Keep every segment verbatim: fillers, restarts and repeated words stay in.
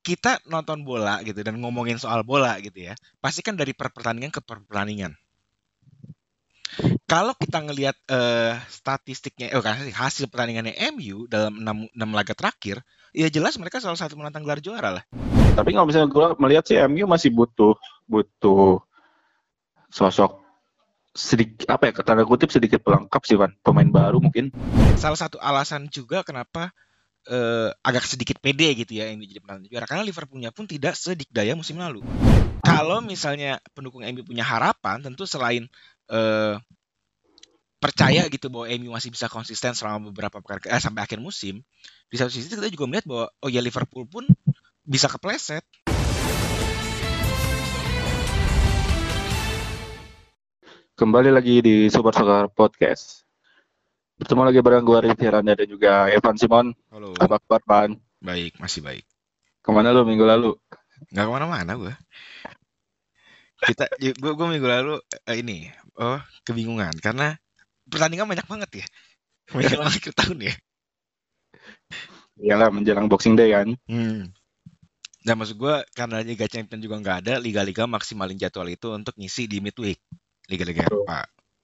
kita nonton bola gitu dan ngomongin soal bola gitu ya, pasti kan dari per pertandingan ke per pertandingan. Kalau kita ngelihat eh, statistiknya, eh, hasil, hasil pertandingannya M U dalam enam, enam laga terakhir, ya jelas mereka salah satu menantang gelar juara lah. Tapi kalau misalnya gue melihat sih M U masih butuh butuh sosok sedikit apa ya tanda kutip sedikit pelengkap sih Van, pemain baru mungkin. Salah satu alasan juga kenapa eh, agak sedikit pede gitu ya M U jadi penantang juara, karena Liverpoolnya pun tidak sedikdaya musim lalu. Kalau misalnya pendukung M U punya harapan, tentu selain eh, percaya gitu bahwa M U masih bisa konsisten selama beberapa pekan eh, sampai akhir musim, di satu sisi kita juga melihat bahwa oh ya Liverpool pun bisa kepleset. Kembali lagi di Super Soccer Podcast. Bertemu lagi bareng gue Rifki Randa dan juga Evan Simon. Halo. Apa kabar, Van? Baik, masih baik. Kemana lu minggu lalu? Nggak kemana-mana gue. Kita, gue, gue minggu lalu eh, ini, oh kebingungan karena pertandingan banyak banget ya, menjelang akhir tahun ya. Iyalah menjelang Boxing Day kan. Hmm. Dan maksud gue karena Liga Champions juga nggak ada, liga-liga maksimalin jadwal itu untuk ngisi di midweek, liga-liga Eropa.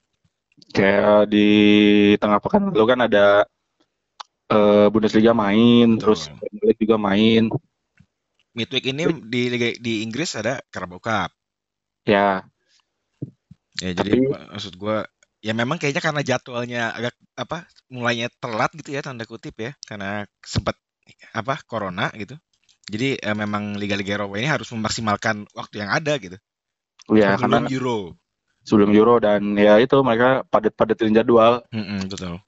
Kayak di tengah pekan lalu kan ada uh, Bundesliga main, Betul. Terus Premier League juga main. Midweek ini di Liga di Inggris ada Carabao Cup. Ya. Ya jadi Tapi, maksud gue ya memang kayaknya karena jadwalnya agak apa mulainya telat gitu ya tanda kutip ya karena sempat apa corona gitu. Jadi eh, memang liga-liga Eropa ini harus memaksimalkan waktu yang ada gitu. Ya, sebelum karena Euro. Sebelum Euro dan ya itu mereka padat-padatin jadwal. Mm-mm, betul.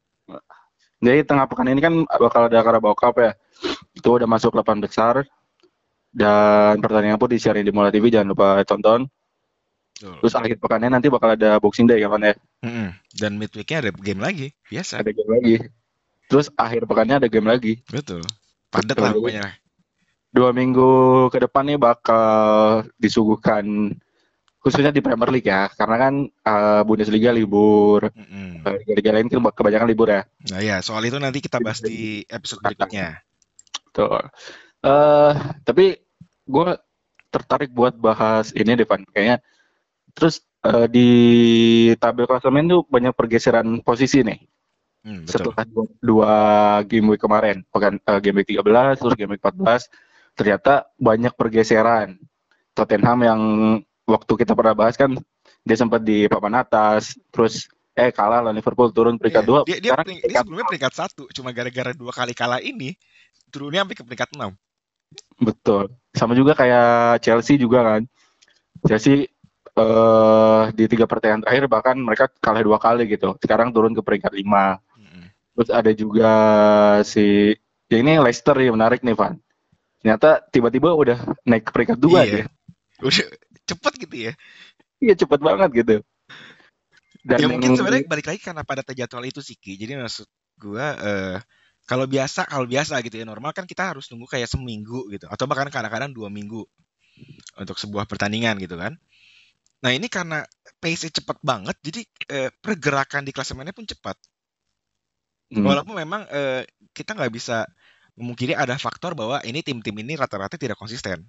Jadi tengah pekan ini kan bakal ada Carabao Cup ya. Itu udah masuk delapan besar. Dan pertandingan pun disiarin di Mola T V, jangan lupa tonton. Betul. Terus akhir pekannya nanti bakal ada Boxing Day kapan ya? Mm-mm. Dan midweeknya ada game lagi, biasa. Ada game lagi. Terus akhir pekannya ada game lagi. Betul. Padat lah pokoknya. Dua minggu ke depan nih bakal disuguhkan khususnya di Premier League ya, karena kan uh, Bundesliga libur, mm-hmm. uh, liga-liga lain kan kebanyakan libur ya. Nah ya, soal itu nanti kita bahas di episode berikutnya. Tuh. Uh, tapi gue tertarik buat bahas ini Devan, kayaknya. Terus uh, di tabel klasemen tuh banyak pergeseran posisi nih. Hmm, setelah dua, dua game week kemarin, pekan uh, game week tiga belas, terus game week empat belas, ternyata banyak pergeseran. Tottenham yang waktu kita pernah bahas kan dia sempat di papan atas, terus eh kalah lah Liverpool turun peringkat dua. Dia, dia, sekarang peringkat, dia sebelumnya peringkat satu, cuma gara-gara dua kali kalah ini turunnya sampai ke peringkat enam. Betul. Sama juga kayak Chelsea juga kan. Chelsea uh, di tiga pertandingan terakhir bahkan mereka kalah dua kali gitu. Sekarang turun ke peringkat lima. Mm-hmm. Terus ada juga si ya ini Leicester ya menarik nih Van. Ternyata tiba-tiba udah naik ke peringkat dua iya. dia. Udah cepet gitu ya. Iya cepet banget gitu. Dan ya mungkin sebenarnya balik lagi karena pada jadwal itu sih Ki. Jadi maksud gue uh, kalau biasa kalau biasa gitu ya normal kan kita harus nunggu kayak seminggu gitu atau bahkan kadang-kadang dua minggu untuk sebuah pertandingan gitu kan. Nah ini karena pace-nya cepat banget jadi uh, pergerakan di klasemennya pun cepat. Hmm. Walaupun memang uh, kita nggak bisa memungkiri ada faktor bahwa ini tim-tim ini rata-rata tidak konsisten.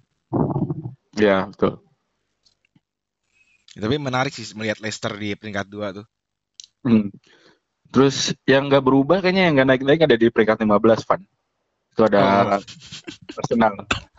Ya betul. Ya, tapi menarik sih melihat Leicester di peringkat dua tuh. Hmm. Terus yang nggak berubah kayaknya yang nggak naik-naik ada di peringkat lima belas, Van. Itu ada oh. Arsenal.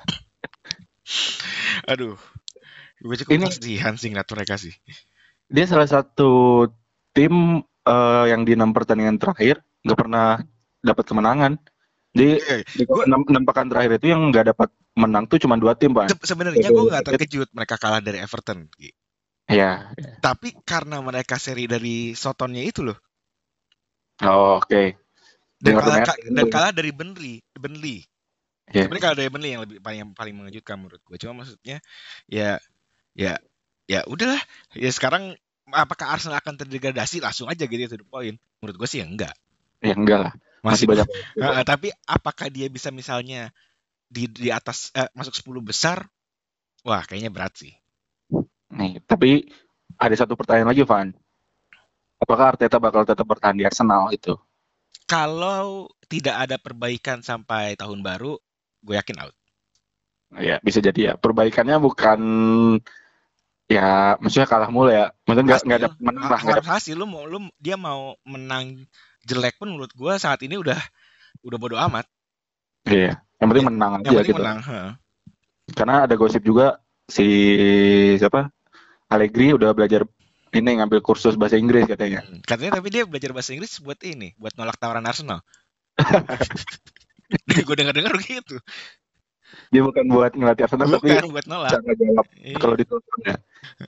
Aduh, gue cukup kasihan sih ngeliat mereka sih. Dia salah satu tim uh, yang di enam pertandingan terakhir nggak pernah dapat kemenangan. Di, eh, di gua, enam, enam pekan terakhir itu yang nggak dapat menang tuh cuma dua tim, Pak. Se- sebenarnya gue nggak terkejut mereka kalah dari Everton. Iya. Tapi karena mereka seri dari Sotonnya itu loh. Oh, oke. Okay. Dan kalah, ka, dan kalah dari Burnley, Burnley. Yeah. Sebenarnya kalah dari Burnley yang lebih paling yang paling mengejutkan menurut gue. Cuma maksudnya ya ya ya udahlah. Ya sekarang apakah Arsenal akan terdegradasi langsung aja gitu to the point? Menurut gue sih ya enggak. Ya enggak lah. Masih, Masih banyak. Uh, tapi apakah dia bisa misalnya di di atas uh, masuk sepuluh besar? Wah, kayaknya berat sih. Nih, tapi ada satu pertanyaan lagi, Van. Apakah Arteta bakal tetap bertahan di Arsenal itu? Kalau tidak ada perbaikan sampai tahun baru, gue yakin out. Ya bisa jadi ya. Perbaikannya bukan ya maksudnya kalah mulu ya. Maksudnya nggak nggak Hasil, ada menang ha- lah, nggak ada. harus hasil. Lu mau lu dia mau menang jelek pun menurut gua saat ini udah udah bodo amat. Iya. Yang penting Ya, menang yang aja penting gitu. menang. Heeh. Karena ada gosip juga si siapa Allegri udah belajar ini ngambil kursus bahasa Inggris katanya. Hmm. Katanya tapi dia belajar bahasa Inggris buat ini, buat nolak tawaran Arsenal. Dari gue dengar-dengar gitu. Dia bukan buat ngelatih Arsenal tapi Bukan buat nolak. cara jawab kalau Iya. ditelepon ya.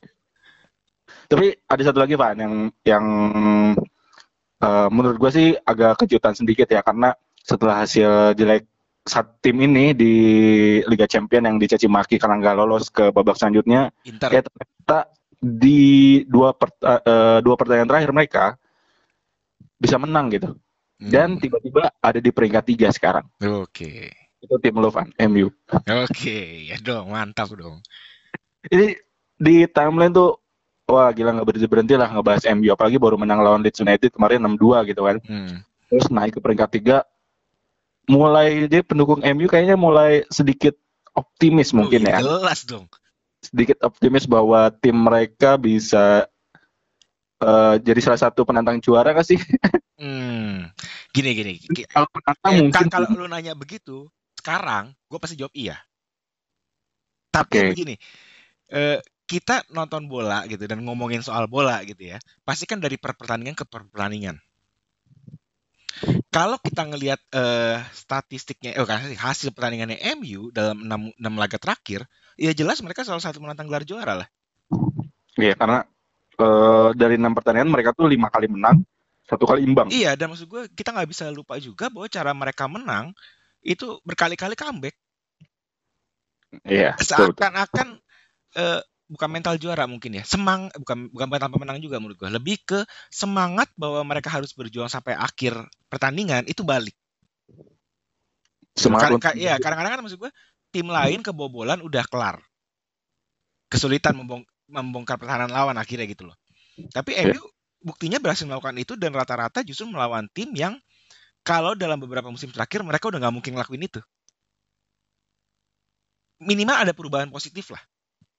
Tapi ada satu lagi Pak yang yang uh, menurut gue sih agak kejutan sedikit ya karena setelah hasil jelek saat tim ini di Liga Champions yang dicaci maki karena nggak lolos ke babak selanjutnya, Inter. ya ternyata di dua per, uh, dua pertandingan terakhir mereka bisa menang gitu. Dan Hmm. tiba-tiba ada di peringkat tiga sekarang. Oke. Itu tim Lovan, M U. Oke, ya dong, mantap dong. Ini di timeline tuh wah gila nggak berhenti berhenti lah ngebahas M U, apalagi baru menang lawan Leeds United kemarin enam dua gitu kan. Hmm. Terus naik ke peringkat tiga, mulai dia pendukung M U kayaknya mulai sedikit optimis Oh, mungkin iya, ya, jelas dong. sedikit optimis bahwa tim mereka bisa uh, jadi salah satu penantang juara nggak sih? Hmm. Gini gini. Ki- Kalau penantang eh, mungkin. ka- kalau lu nanya begitu, sekarang gue pasti jawab iya. Tapi Oke, begini, eh, kita nonton bola gitu dan ngomongin soal bola gitu ya, pasti kan dari per pertandingan ke per pertandingan. Kalau kita ngelihat eh, statistiknya, eh, bukan statistik, hasil pertandingannya M U dalam enam, enam laga terakhir, ya jelas mereka salah satu menantang gelar juara lah. iya karena uh, dari enam pertandingan mereka tuh lima kali menang, satu kali imbang. Iya, dan maksud gue kita nggak bisa lupa juga bahwa cara mereka menang itu berkali-kali comeback. Iya, betul, betul. Seakan-akan eh, bukan mental juara mungkin ya, semang bukan bukan mental pemenang juga menurut gue, lebih ke semangat bahwa mereka harus berjuang sampai akhir pertandingan itu balik. Gitu. Semangat Ka- untuk ka- ya, kadang-kadang kan maksud gue tim lain kebobolan udah kelar, kesulitan membong- membongkar pertahanan lawan akhirnya gitu loh. Tapi ya. M U buktinya berhasil melakukan itu dan rata-rata justru melawan tim yang kalau dalam beberapa musim terakhir mereka udah nggak mungkin ngelakuin itu. Minimal ada perubahan positif lah.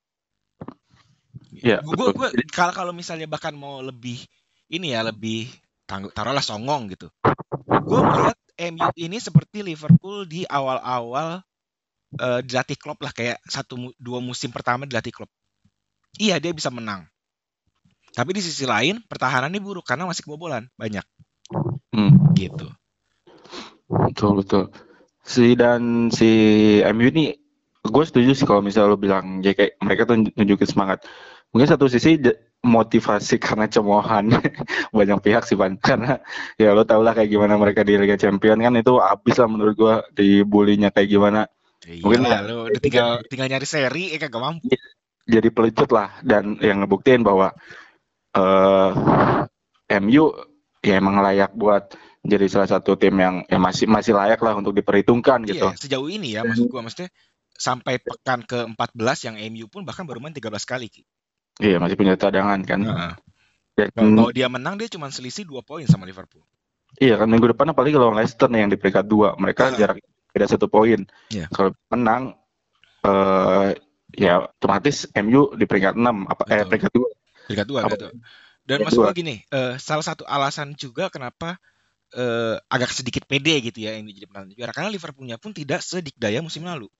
Iya, Gue betul. gue kalau kalau misalnya bahkan mau lebih ini ya lebih tangguh taruhlah songong gitu. Gue melihat M U ini seperti Liverpool di awal-awal uh, dilatih Klopp lah, kayak satu mu- dua musim pertama dilatih Klopp. Iya dia bisa menang. Tapi di sisi lain pertahanannya buruk karena masih kebobolan banyak. Hmm, Gitu. betul, betul. Si dan si M U ini gue setuju sih kalau misalnya lo bilang ya kayak mereka tuh nunjukin semangat. Mungkin satu sisi j- motivasi karena cemoohan banyak pihak sih Pan. Karena ya lo tau lah kayak gimana mereka di Liga Champions kan itu abis lah menurut gue dibulinya kayak gimana. Ya Mungkin iyalah ya, lu udah itu tinggal tinggal nyari seri eh kagak mampu. jadi pelecut lah dan yang ngebuktiin bahwa eh M U ya emang layak buat jadi salah satu tim yang ya masih masih layak lah untuk diperhitungkan gitu. Iya, sejauh ini ya maksud gua maksudnya sampai pekan ke empat belas yang M U pun bahkan baru main tiga belas kali. Ki. Iya masih punya cadangan kan. Heeh. Dan Kalau kalau dia menang dia cuma selisih dua poin sama Liverpool. iya kan minggu depan apalagi lawan Leicester nih yang di peringkat dua, mereka Heeh. jarak beda satu poin. Iya. Kalau menang eh ya otomatis M U di peringkat enam apa eh Betul. peringkat dua. Peringkat dua Apa? betul. Dan Peringkat maksud dua. gua gini, eh, salah satu alasan juga kenapa eh, agak sedikit pede gitu ya yang jadi penantang juara karena Liverpoolnya pun tidak sedikdaya musim lalu.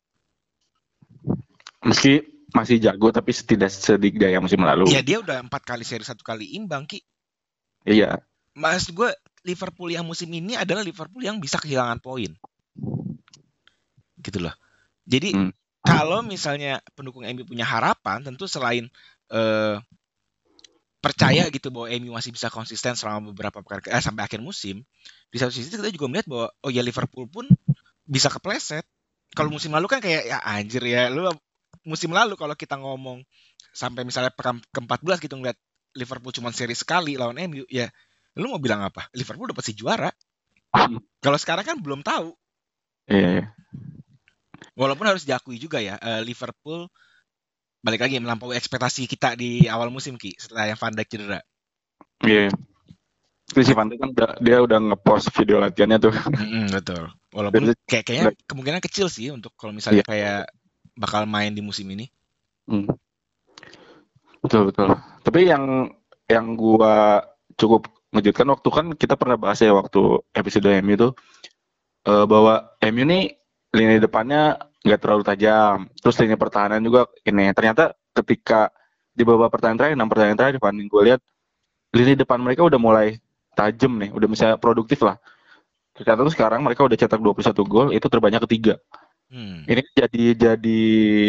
Meski masih jago tapi tidak sedikdaya musim lalu. Iya dia udah empat kali seri satu kali imbang Ki. Iya. Maksud gue Liverpool yang musim ini adalah Liverpool yang bisa kehilangan poin. Gitu loh. Jadi Hmm. kalau misalnya pendukung M U punya harapan tentu selain eh, percaya gitu bahwa M U masih bisa konsisten selama beberapa pekan eh, sampai akhir musim, di satu sisi kita juga melihat bahwa oh ya Liverpool pun bisa kepleset. Kalau musim lalu kan kayak ya anjir ya lu musim lalu kalau kita ngomong sampai misalnya pekan ke empat belas gitu ngeliat Liverpool cuma seri sekali lawan M U ya lu mau bilang apa? Liverpool udah pasti juara. Kalau sekarang kan belum tahu. Iya. Walaupun harus diakui juga ya uh, Liverpool balik lagi melampaui ekspektasi kita di awal musim Ki setelah yang Van Dijk cedera. Iya. Terus si Van Dijk kan udah, dia udah ngepost video latihannya tuh. Mm-mm, betul. Walaupun kayak kayaknya kemungkinan kecil sih untuk kalau misalnya kayak bakal main di musim ini. Hmm. Betul betul. Tapi yang yang gua cukup mengejutkan waktu kan kita pernah bahas ya waktu episode M U itu uh, bahwa M U nih lini depannya nggak terlalu tajam. Terus lini pertahanan juga ini ternyata ketika di babak pertandingan terakhir, enam pertandingan terakhir dibanding gue lihat lini depan mereka udah mulai tajam nih, udah bisa produktif lah. Ternyata tuh sekarang mereka udah cetak dua puluh satu gol, itu terbanyak ketiga. Hmm. Ini jadi jadi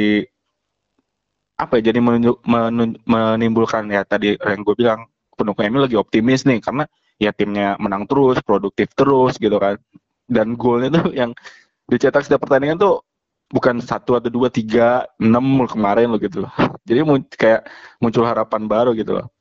apa ya? Jadi menunjuk, menunjuk, menimbulkan ya tadi yang gue bilang pendukung M U lagi optimis nih karena ya timnya menang terus, produktif terus gitu kan. Dan golnya tuh yang dicetak setiap pertandingan tuh bukan satu atau dua, tiga, enam kemarin loh gitu loh. Jadi kayak muncul harapan baru gitu loh.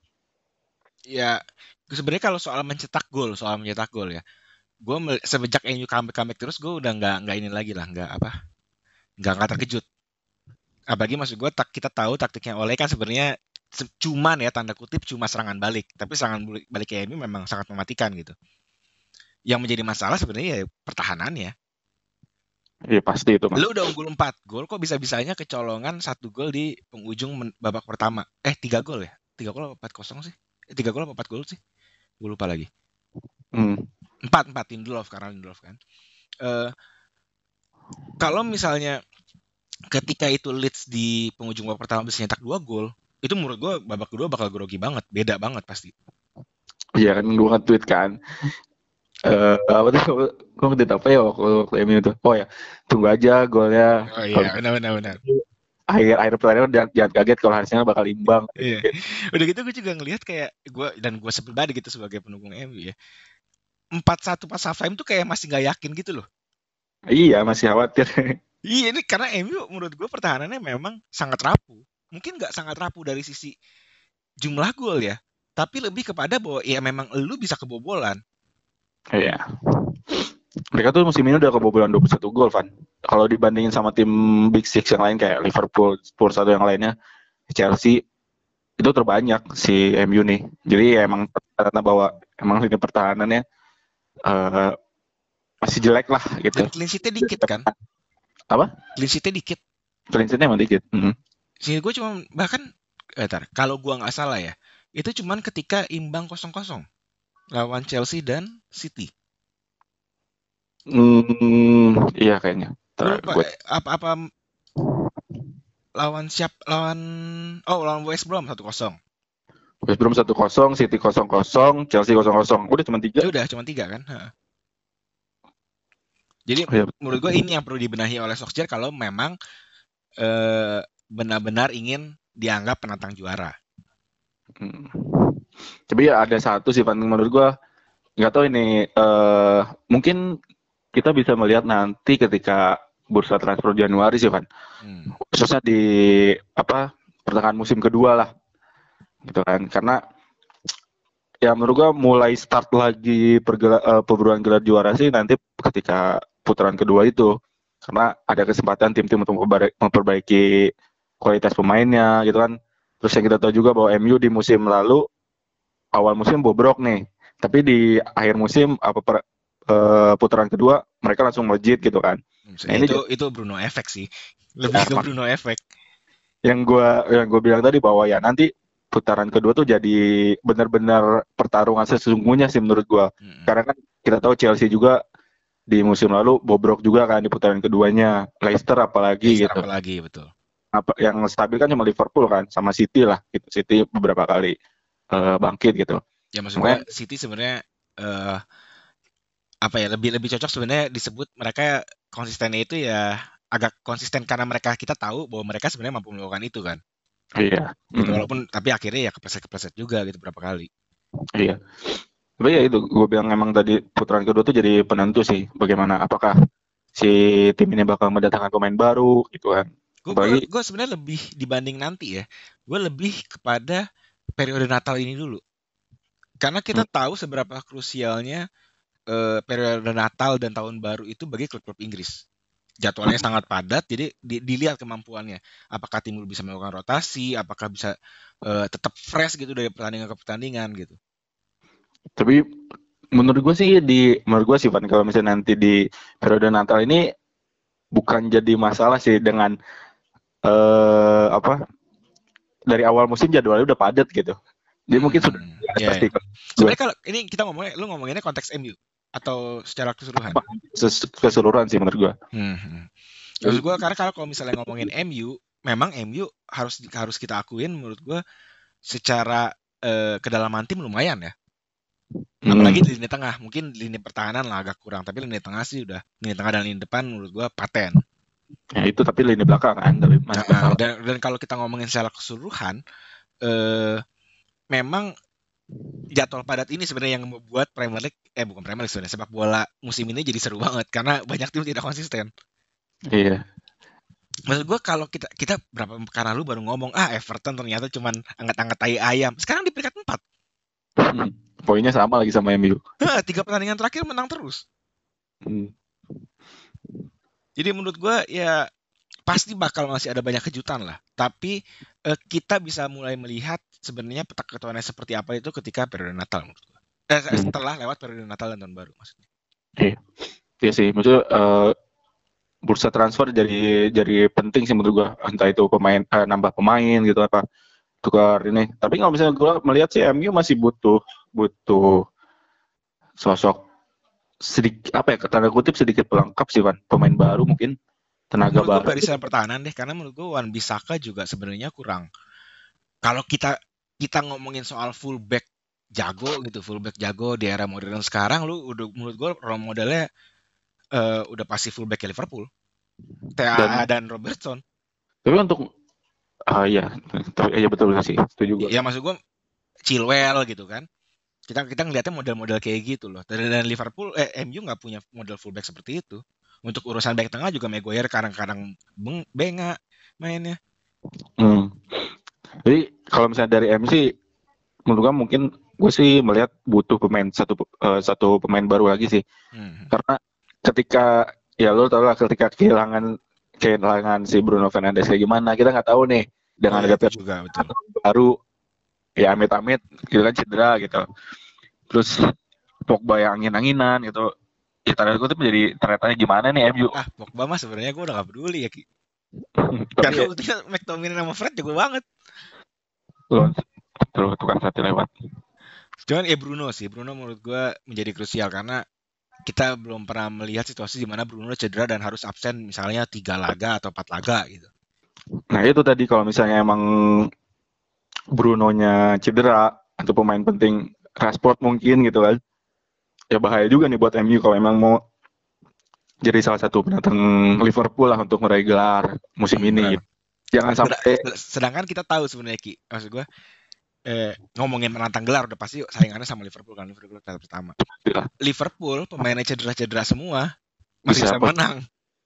Ya, sebenarnya kalau soal mencetak gol, soal mencetak gol ya, gue semenjak M U comeback comeback terus gue udah nggak nggak ini lagi lah, nggak apa, nggak nggak terkejut. Apalagi maksud gue tak kita tahu taktiknya Ole kan sebenarnya cuman ya tanda kutip cuma serangan balik, tapi serangan balik M U memang sangat mematikan gitu. Yang menjadi masalah sebenarnya ya pertahanannya. Iya pasti itu mas. Lu udah unggul empat gol, kok bisa-bisanya kecolongan satu gol di penghujung babak pertama. Eh tiga gol ya? Tiga gol apa empat kosong sih? Eh, tiga gol apa empat gol sih? Gue lupa lagi. Hmm. Empat empat Lindelof karena Lindelof kan. Uh, kalau misalnya ketika itu Leeds di penghujung babak pertama bisa nyetak dua gol, itu menurut gue babak kedua bakal grogi banget, beda banget pasti. Iya kan gue nge-tweet kan. Uh, apa tuh? Gue nge-tweet apa ya waktu, waktu M U itu? Oh ya, tunggu aja golnya. Oh iya, benar-benar benar. Akhir akhir pertandingan jangan, jangan kaget kalau hasilnya bakal imbang. Iya. Udah gitu gue juga ngelihat kayak gue dan gue pribadi gitu sebagai pendukung M U ya. empat satu pas half time tuh kayak masih nggak yakin gitu loh. Iya, masih khawatir. Iya, ini karena M U menurut gue pertahanannya memang sangat rapuh. Mungkin nggak sangat rapuh dari sisi jumlah gol ya, tapi lebih kepada bahwa ya memang lu bisa kebobolan. Iya. Mereka tuh musim ini udah kebobolan dua puluh satu gol, Van. Kalau dibandingin sama tim Big Six yang lain kayak Liverpool, Spurs atau yang lainnya, Chelsea itu terbanyak si M U nih. Jadi ya emang karena bahwa emang lini pertahanannya uh, masih jelek lah gitu. Dan clean sheet-nya dikit kan? Apa? Clean sheet-nya dikit. Clean sheet-nya emang dikit. Mm-hmm. Sehingga gue cuma bahkan eh, tar, kalau gue nggak salah ya, itu cuman ketika imbang kosong kosong lawan Chelsea dan City. Hmm, iya kayaknya. Lupa, apa-apa lawan siap lawan oh lawan West Brom satu kosong. West Brom satu kosong, City kosong kosong, Chelsea kosong kosong. Udah cuma tiga. Ya udah cuma tiga kan. Ha. Jadi oh, ya. Menurut gue ini yang perlu dibenahi oleh Solskjaer kalau memang eh, benar-benar ingin dianggap penantang juara. Hmm. Tapi ya ada satu sih penting menurut gue, nggak tahu ini uh, mungkin kita bisa melihat nanti ketika bursa transfer Januari sih Van, hmm. khususnya di apa pertengahan musim kedua lah, gitu kan, karena ya menurut gua mulai start lagi pergelar, uh, perburuan gelar juara sih nanti ketika putaran kedua itu, karena ada kesempatan tim-tim untuk memperbaiki kualitas pemainnya, gitu kan. Terus yang kita tahu juga bahwa M U di musim lalu awal musim bobrok nih, tapi di akhir musim apa per, uh, putaran kedua mereka langsung melejit gitu kan. Nah, itu ini itu Bruno efek sih, lebih ya, ke Bruno efek. Yang gue yang gue bilang tadi bahwa ya nanti putaran kedua tuh jadi benar-benar pertarungan sesungguhnya sih menurut gue. Hmm. Karena kan kita tahu Chelsea juga di musim lalu bobrok juga kan di putaran keduanya. Leicester apalagi Leicester gitu. Apalagi betul. Apa yang stabil kan cuma Liverpool kan sama City lah. Gitu. City beberapa kali uh, bangkit gitu. Ya maksudnya City sebenarnya uh, apa ya lebih lebih cocok sebenarnya disebut mereka konsistennya itu ya agak konsisten karena mereka kita tahu bahwa mereka sebenarnya mampu melakukan itu kan. Iya. Gitu, mm. Walaupun tapi akhirnya ya kepleset-kepleset juga gitu berapa kali. Iya. Tapi ya itu gue bilang emang tadi putaran kedua tuh jadi penentu sih bagaimana apakah si tim ini bakal mendatangkan pemain baru gitu kan. Gue gue sebenarnya lebih dibanding nanti ya, gue lebih kepada periode Natal ini dulu. Karena kita hmm. tahu seberapa krusialnya eh, periode Natal dan Tahun Baru itu bagi klub-klub Inggris. Jadwalnya sangat padat, jadi di, dilihat kemampuannya. Apakah tim bisa melakukan rotasi, apakah bisa uh, tetap fresh gitu dari pertandingan ke pertandingan gitu. Tapi menurut gue sih di menurut gue sih Van kalau misalnya nanti di periode Natal ini bukan jadi masalah sih dengan eh apa dari awal musim jadwalnya udah padat gitu. Jadi mungkin sudah Hmm, jelas ya, pasti ya. gue Sebenarnya kalau ini kita ngomongnya, lu ngomonginnya konteks M U atau secara keseluruhan? ses- keseluruhan sih menurut gue. Hmm, hmm. Jadi, Maksud gue karena kalau kalau misalnya ngomongin M U, memang M U harus harus kita akuin menurut gue secara eh, kedalaman tim lumayan ya. Apalagi di hmm, lini tengah, mungkin lini pertahanan lah agak kurang, tapi lini tengah sih udah lini tengah dan lini depan menurut gue paten. ya itu tapi lini belakang kan tapi masih Nah, masalah. dan dan kalau kita ngomongin secara keseluruhan, eh memang jadwal padat ini sebenarnya yang membuat Premier League eh bukan Premier League sebenarnya sepak bola musim ini jadi seru banget karena banyak tim tidak konsisten. Iya. Maksud gue kalau kita kita berapa karena lu baru ngomong ah Everton ternyata cuman angkat-angkat tai ayam. Sekarang di peringkat empat. Hmm. Poinnya sama lagi sama M U. Hah, tiga pertandingan terakhir menang terus. Hmm. Jadi menurut gue ya pasti bakal masih ada banyak kejutan lah. Tapi eh, kita bisa mulai melihat sebenarnya peta ketuanya seperti apa itu ketika periode Natal menurut gue. Eh, Hmm. setelah lewat periode Natal dan tahun baru maksudnya. Iya. Iya sih, maksudnya eh, bursa transfer jadi jadi penting sih menurut gua. Entah itu pemain eh, nambah pemain gitu apa tukar ini. Tapi kalau misalnya gua melihat sih M U masih butuh butuh sosok sedikit apa ya tanda kutip sedikit pelengkap sih Van. Pemain baru mungkin tenaga Menurut gue baru. barisan pertahanan deh karena menurut gue Wan Bissaka juga sebenarnya kurang. Kalau kita kita ngomongin soal fullback jago gitu, fullback jago di era modern sekarang lu udah menurut gue role modelnya eh, udah pasti fullback Liverpool. T A A Dan dan Robertson. tapi untuk ah iya, tapi iya betul sih, setuju gua. Ya maksud gue Chilwell gitu kan. Kita kita ngeliatnya model-model kayak gitu loh. Dan, dan Liverpool eh M U nggak punya model fullback seperti itu. Untuk urusan back tengah juga Maguire kadang-kadang beng, bengak mainnya. Hmm. Jadi kalau misalnya dari M U sih menurut gua mungkin gue sih melihat butuh pemain satu eh, satu pemain baru lagi sih. Hmm. Karena ketika ya lo tau lah ketika kehilangan kehilangan si Bruno Fernandes kayak gimana kita nggak tahu nih Oh dengan ya ada itu Pep juga betul. baru ya amit-amit gitu kan cedera gitu terus Pogba yang angin-anginan gitu ya tanda kutip menjadi ternyata gimana nih M U. Ah Pogba mah sebenarnya gue udah gak peduli ya Ki. Tapi Karena ya, buktinya McTominay sama Fred jago banget. lo terus tukang satu lewat. Cuman ya Bruno sih, Bruno menurut gue menjadi krusial karena kita belum pernah melihat situasi di mana Bruno cedera dan harus absen misalnya tiga laga atau empat laga gitu. Nah itu tadi kalau misalnya emang Brunonya cedera atau pemain penting Rashford mungkin gitu kan ya bahaya juga nih buat M U kalau emang mau jadi salah satu penantang Liverpool lah untuk meraih gelar musim Hmm, ini. benar. Jangan sampai Sedangkan kita tahu sebenarnya Ki, maksud gue eh, ngomongin menantang gelar udah pasti saingannya sama Liverpool kan Liverpool kata pertama. ya, Liverpool pemainnya cedera-cedera semua masih bisa bisa menang.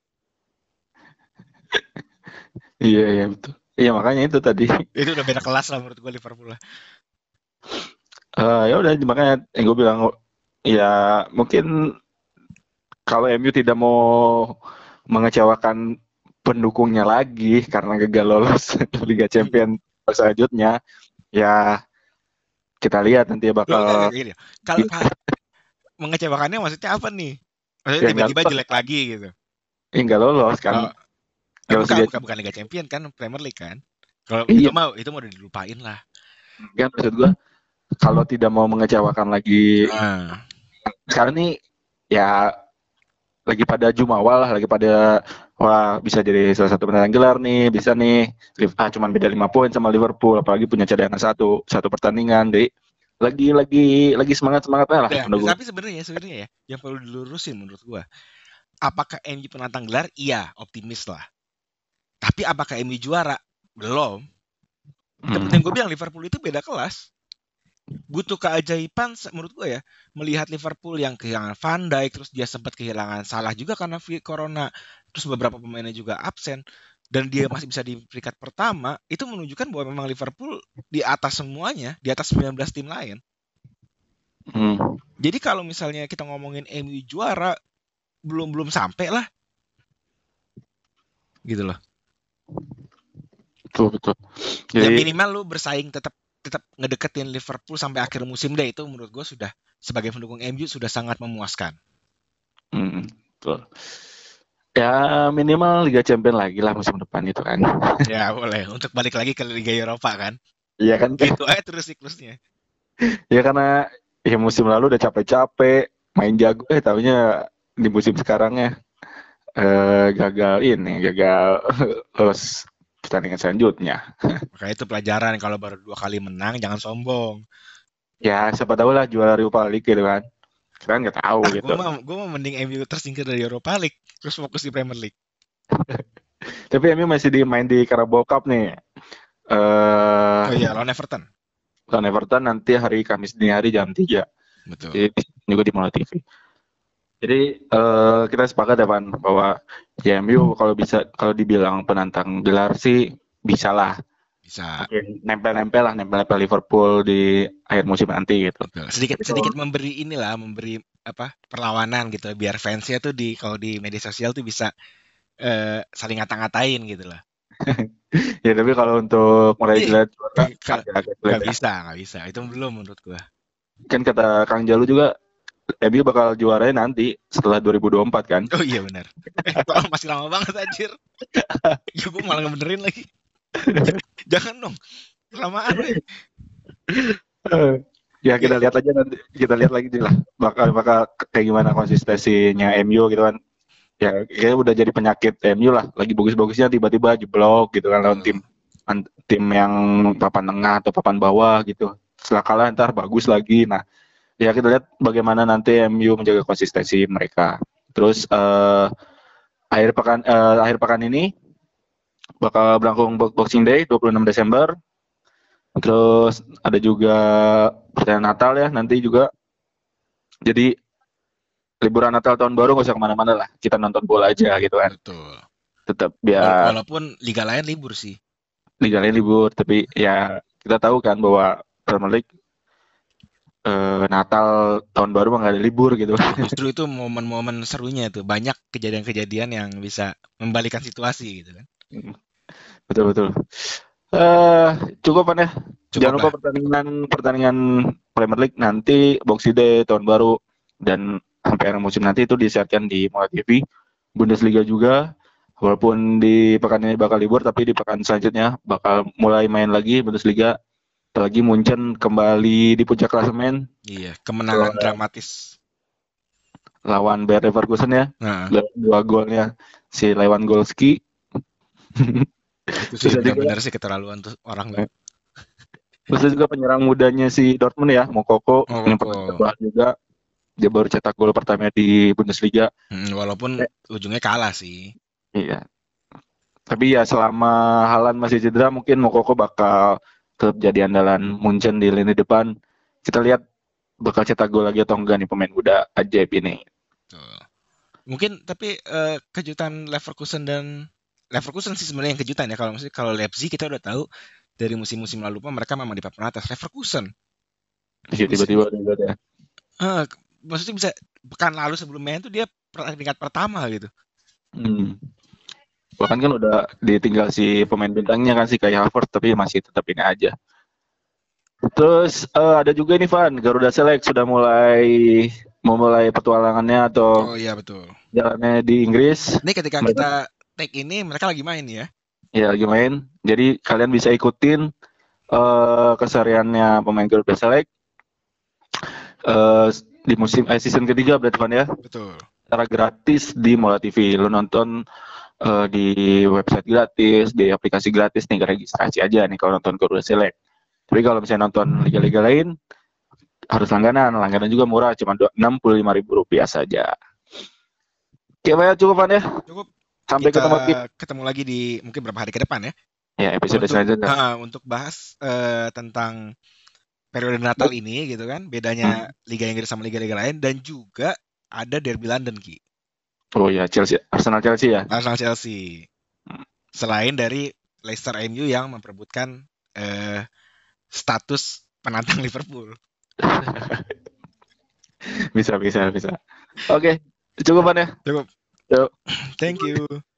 iya iya betul. Iya makanya itu tadi. Itu udah beda kelas lah menurut gue Liverpool lah. Uh, ya udah makanya yang gue bilang ya mungkin kalau M U tidak mau mengecewakan pendukungnya lagi karena gagal lolos Liga Champions selanjutnya ya kita lihat nanti ya Loh, enggak, bakal enggak, gini. Kalau mengecewakannya maksudnya apa nih? Maksudnya ya nggak tiba-tiba jelek lagi gitu. ya nggak lolos kan Oh, nggak eh, lolos bukan, Liga bukan, bukan Liga Champion kan, Premier League kan. Kalau itu iya mau, itu mau udah dilupain lah. kan maksud gue kalau tidak mau mengecewakan lagi Nah, sekarang nih ya lagi pada jumawa lah lagi pada wah bisa jadi salah satu penantang gelar nih bisa nih ah cuman beda lima poin sama Liverpool apalagi punya cadangan satu satu pertandingan jadi lagi lagi lagi semangat semangatnya lah ya, menurut gue. tapi sebenarnya sebenarnya ya, yang perlu dilurusin menurut gua, apakah M U penantang gelar? Iya, optimis lah. Tapi apakah M U juara? Belum. Seperti Hmm. yang gue bilang, Liverpool itu beda kelas. Butuh keajaiban menurut gue ya, melihat Liverpool yang kehilangan Van Dijk, terus dia sempat kehilangan Salah juga karena corona, terus beberapa pemainnya juga absen, dan dia masih bisa di peringkat pertama, itu menunjukkan bahwa memang Liverpool di atas semuanya, di atas sembilan belas tim lain. Hmm. Jadi kalau misalnya kita ngomongin M U juara, belum belum sampai lah, gitu loh. Betul betul. Ya Jadi minimal lu bersaing tetap tetap ngedeketin Liverpool sampai akhir musim deh, itu menurut gue sudah sebagai pendukung M U sudah sangat memuaskan. hmm, betul. Ya minimal Liga Champions lagi lah musim depan itu kan. Ya boleh. Untuk balik lagi ke Liga Eropa kan. Iya kan? Gitu aja terus siklusnya. Ya karena ya musim lalu udah capek-capek main jago, eh tahunya di musim sekarangnya eh, gagal ini, gagal lolos pertandingan selanjutnya. Makanya itu pelajaran kalau baru dua kali menang jangan sombong. Ya siapa tahu lah juara Europa League gitu kan. Kita nggak tahu Ah, gue gitu. mah gue mah mending M U tersingkir dari Europa League terus fokus di Premier League. Tapi M U masih di main di Carabao Cup nih. Eh Oh iya, lawan Everton. lawan Everton nanti hari Kamis dini hari jam tiga. Betul. Jadi juga di Mola T V. Jadi eh, kita sepakat ya Pan bahwa ya M U kalau bisa kalau dibilang penantang gelar sih bisa lah. Bisa. Mungkin nempel-nempel lah, nempel-nempel Liverpool di akhir musim nanti gitu. Betul. Sedikit Tapi kalau sedikit memberi inilah, memberi apa perlawanan gitu biar fansnya tuh di kalau di media sosial tuh bisa eh, saling ngata-ngatain gitu lah. ya tapi kalau untuk mulai Ih, jelas juara nggak agak-agak sulit nggak ya. bisa, nggak bisa. Itu belum menurut gua. Kan kata Kang Jalu juga M U bakal juaranya nanti setelah dua ribu dua puluh empat kan. Oh iya benar. Eh, kok masih lama banget anjir. Ya gua malah ngebenerin lagi. Jangan dong. Kelamaan weh. Ya kita Oke. lihat aja nanti, kita lihat lagi lah bakal bakal kayak gimana konsistensinya M U gitu kan. Ya kayaknya udah jadi penyakit M U lah. Lagi bagus-bagusnya tiba-tiba jeblok gitu kan lawan tim Betul. tim yang papan tengah atau papan bawah gitu. Setelah kalah ntar bagus lagi. Nah, ya kita lihat bagaimana nanti M U menjaga konsistensi mereka. Terus eh, akhir pekan eh, akhir pekan ini bakal berlangsung Boxing Day dua puluh enam Desember. Terus ada juga perayaan Natal ya nanti juga. Jadi liburan Natal tahun baru nggak usah kemana-mana lah. Kita nonton bola aja gitu kan. Betul. Tetap Wala- biar Walaupun liga lain libur sih. liga lain libur. Tapi ya kita tahu kan bahwa Premier League eh, Natal tahun baru mah nggak ada libur gitu. Justru itu momen-momen serunya tuh. Banyak kejadian-kejadian yang bisa membalikan situasi gitu kan. betul betul. Eh cukup kan ya. Jangan Cukup lupa lah. pertandingan pertandingan Premier League nanti Boxing Day tahun baru dan sampai akhir musim nanti itu disiarkan di Mola T V. Bundesliga juga walaupun di pekan ini bakal libur tapi di pekan selanjutnya bakal mulai main lagi Bundesliga. Apalagi Munchen kembali di puncak klasemen Iya, kemenangan dramatis. lawan Bayer Leverkusen ya. Nah, Dua golnya si Lewandowski. itu sih Terus ada juga, benar-benar sih keterlaluan tuh orang tuh. terus ada juga penyerang mudanya si Dortmund ya, Moukoko Oh, yang pernah kok. kita bahas juga. Dia baru cetak gol pertama di Bundesliga. Hmm, walaupun Eh, ujungnya kalah sih. iya. Tapi ya selama Haaland masih cedera mungkin Moukoko bakal tetap jadi andalan Munchen di lini depan. Kita lihat bakal cetak gol lagi atau enggak nih pemain muda ajaib ini. Tuh. Mungkin tapi eh, kejutan Leverkusen dan Leverkusen sih sebenarnya yang kejutan ya. Kalau maksudnya kalau Leipzig kita udah tahu dari musim-musim lalu pun mereka memang di papan atas. Leverkusen Jadi bisa, tiba-tiba udah ada. eh, maksudnya bisa pekan lalu sebelumnya itu dia peringkat pertama gitu. Hmm. Bahkan kan udah ditinggal si pemain bintangnya kan si Kai Havertz tapi masih tetap ini aja. Terus eh, ada juga nih Van, Garuda Select sudah mulai memulai petualangannya atau Oh iya betul. jalannya di Inggris. Ini ketika Mereka kita take ini mereka lagi main ya. ya lagi main. Jadi kalian bisa ikutin eh, kesehariannya pemain Garuda Select eh, di musim eh, season ketiga berarti Van ya. Betul. Secara gratis di Mola T V. Lu nonton eh, di website gratis, di aplikasi gratis nih registrasi aja nih kalau nonton Garuda Select. Tapi kalau misalnya nonton liga-liga lain harus langganan. Langganan juga murah, cuma enam puluh lima ribu rupiah saja. Oke, Pak, cukup Van ya. Cukup. Sampai Kita ketemu lagi. ketemu lagi di mungkin berapa hari ke depan ya. Ya, episode Untuk selanjutnya. ah, untuk bahas eh, tentang periode Natal ini gitu kan, bedanya Hmm. Liga Inggris sama liga-liga lain dan juga ada Derby London Ki. Oh ya, Chelsea, Arsenal Chelsea ya. Arsenal Chelsea. Hmm. Selain dari Leicester M U yang memperebutkan eh, status penantang Liverpool. Bisa, bisa, bisa. Oke, cukup Van ya. Cukup. Yuk. Thank you.